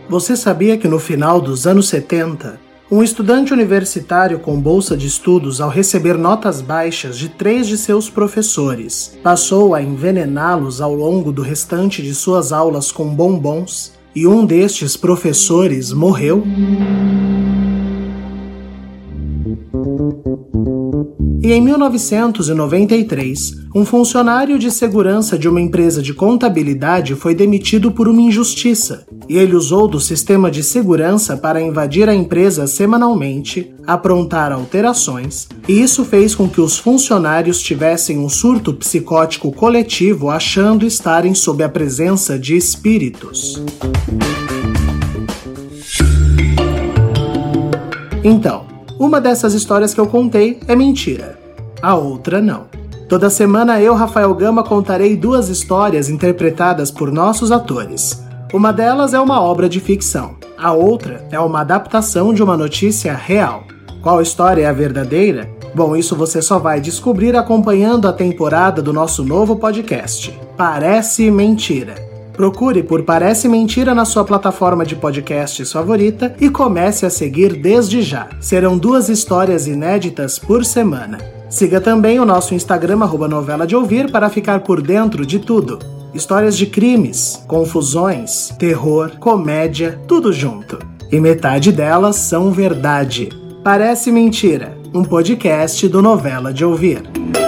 Você sabia que no final dos anos 70, um estudante universitário com bolsa de estudos, ao receber notas baixas de 3 de seus professores, passou a envenená-los ao longo do restante de suas aulas com bombons, e um destes professores morreu? E em 1993, um funcionário de segurança de uma empresa de contabilidade foi demitido por uma injustiça, e ele usou do sistema de segurança para invadir a empresa semanalmente, aprontar alterações, e isso fez com que os funcionários tivessem um surto psicótico coletivo achando estarem sob a presença de espíritos. Então, uma dessas histórias que eu contei é mentira, a outra não. Toda semana eu, Rafael Gama, contarei 2 histórias interpretadas por nossos atores. Uma delas é uma obra de ficção, a outra é uma adaptação de uma notícia real. Qual história é a verdadeira? Bom, isso você só vai descobrir acompanhando a temporada do nosso novo podcast, Parece Mentira. Procure por Parece Mentira na sua plataforma de podcasts favorita e comece a seguir desde já. Serão 2 histórias inéditas por semana. Siga também o nosso Instagram, @novela de ouvir, para ficar por dentro de tudo. Histórias de crimes, confusões, terror, comédia, tudo junto. E metade delas são verdade. Parece Mentira, um podcast do Novela de Ouvir.